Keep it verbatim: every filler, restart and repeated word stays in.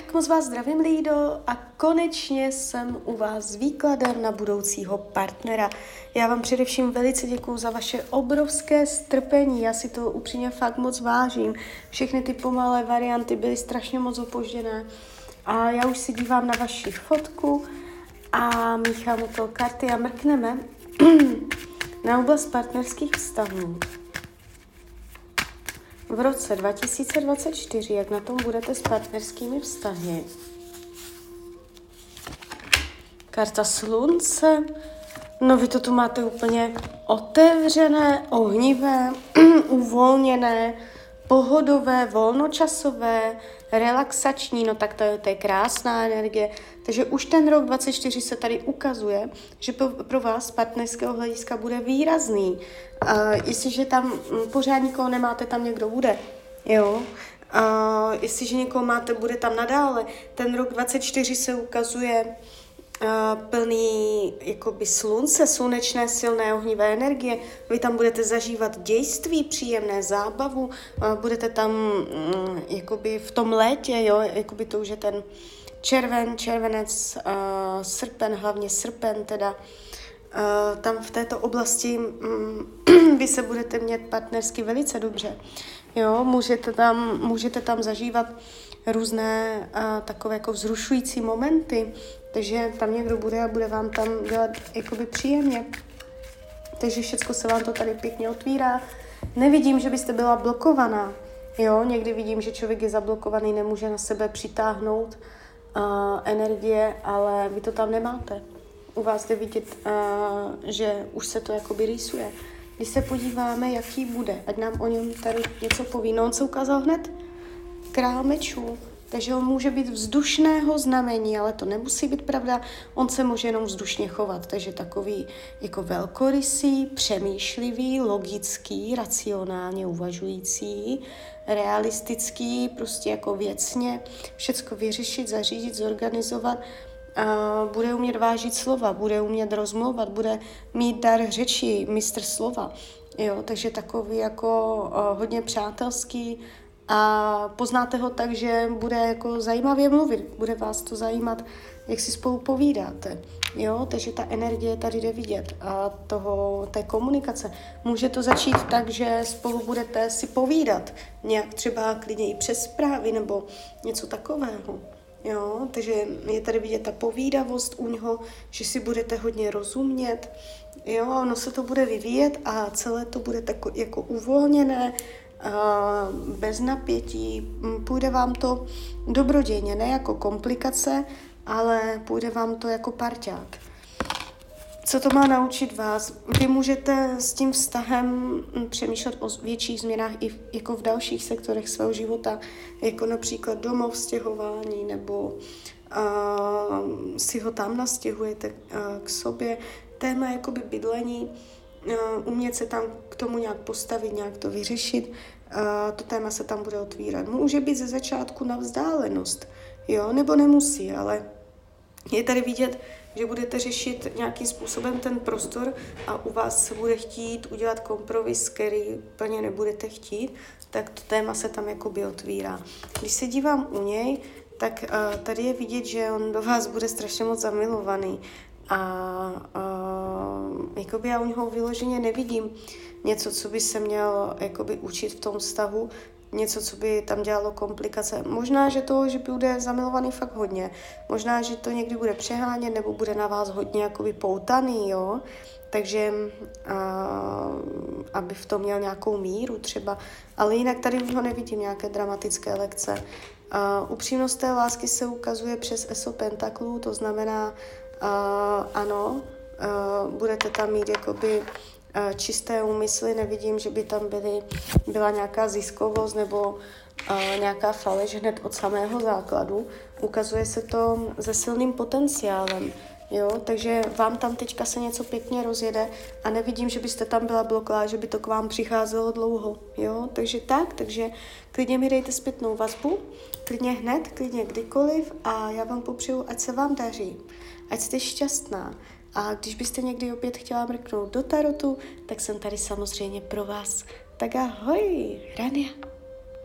Tak moc vás zdravím, Lído, a konečně jsem u vás s výkladem na budoucího partnera. Já vám především velice děkuju za vaše obrovské strpení, já si to upřímně fakt moc vážím. Všechny ty pomalé varianty byly strašně moc opožděné a já už si dívám na vaši fotku a míchám u toho karty a mrkneme na oblast partnerských vztahů. V roce dva tisíce dvacet čtyři, jak na tom budete s partnerskými vztahy. Karta slunce. No vy to tu máte úplně otevřené, ohnivé, uvolněné, pohodové, volnočasové, relaxační, no tak to je, to je krásná energie. Takže už ten rok dvacet čtyři se tady ukazuje, že pro, pro vás z partnerského hlediska bude výrazný. Uh, jestliže tam pořád nikoho nemáte, tam někdo bude, jo. Uh, jestliže někoho máte, bude tam nadále. Ten rok dvacet čtyři se ukazuje Uh, plný jakoby slunce, slunečné, silné, ohnivé energie. Vy tam budete zažívat dějství, příjemné zábavu, uh, budete tam um, jakoby v tom létě, jo, jakoby to už je ten červen, červenec, uh, srpen, hlavně srpen teda. Uh, tam v této oblasti um, vy se budete mít partnersky velice dobře. Jo, můžete tam, můžete tam zažívat různé uh, takové jako vzrušující momenty, takže tam někdo bude a bude vám tam dělat jakoby příjemně. Takže všechno se vám to tady pěkně otvírá. Nevidím, že byste byla blokovaná. Jo, někdy vidím, že člověk je zablokovaný, nemůže na sebe přitáhnout uh, energie, ale vy to tam nemáte. U vás jde vidět, uh, že už se to jakoby rýsuje. Když se podíváme, jaký bude, ať nám o něm tady něco poví. No on se ukázal hned král mečů, takže on může být vzdušného znamení, ale to nemusí být pravda, on se může jenom vzdušně chovat, takže takový jako velkorysý, přemýšlivý, logický, racionálně uvažující, realistický, prostě jako věcně, všecko vyřešit, zařídit, zorganizovat, a bude umět vážit slova, bude umět rozmlouvat, bude mít dar řeči, mistr slova, jo, takže takový jako uh, hodně přátelský, a poznáte ho tak, že bude jako zajímavě mluvit, bude vás to zajímat, jak si spolu povídáte, jo, takže ta energie tady jde vidět a toho, té komunikace. Může to začít tak, že spolu budete si povídat, nějak třeba klidně i přes zprávy nebo něco takového, jo, takže je tady vidět ta povídavost u něho, že si budete hodně rozumět, jo, ono se to bude vyvíjet a celé to bude tak jako uvolněné, Uh, bez napětí, půjde vám to dobrodějně, ne jako komplikace, ale půjde vám to jako parťák. Co to má naučit vás? Vy můžete s tím vztahem přemýšlet o větších změnách i v, jako v dalších sektorech svého života, jako například domov, stěhování, nebo uh, si ho tam nastěhujete uh, k sobě. Téma jakoby bydlení, Uh, umět se tam k tomu nějak postavit, nějak to vyřešit, uh, to téma se tam bude otvírat. Může být ze začátku na vzdálenost, jo, nebo nemusí, ale je tady vidět, že budete řešit nějakým způsobem ten prostor a u vás se bude chtít udělat kompromis, který plně nebudete chtít, tak to téma se tam jakoby otvírá. Když se dívám u něj, tak uh, tady je vidět, že on do vás bude strašně moc zamilovaný. A, a jakoby já u něho vyloženě nevidím něco, co by se měl jakoby učit v tom vztahu, něco, co by tam dělalo komplikace. Možná, že to, že bude zamilovaný fakt hodně. Možná, že to někdy bude přehánět, nebo bude na vás hodně jakoby poutaný, jo. Takže a, aby v tom měl nějakou míru třeba. Ale jinak tady už ho nevidím nějaké dramatické lekce. A, upřímnost té lásky se ukazuje přes eso pentaklů, to znamená, Uh, ano, uh, budete tam mít jakoby uh, čisté úmysly, nevidím, že by tam byly, byla nějaká ziskovost nebo uh, nějaká faleš hned od samého základu. Ukazuje se to se silným potenciálem, jo, takže vám tam teďka se něco pěkně rozjede a nevidím, že byste tam byla bloklá, že by to k vám přicházelo dlouho, jo, takže tak, takže klidně mi dejte zpětnou vazbu, klidně hned, klidně kdykoliv a já vám popřeju, ať se vám daří. Ať jste šťastná. A když byste někdy opět chtěla mrknout do tarotu, tak jsem tady samozřejmě pro vás. Tak ahoj, Rania.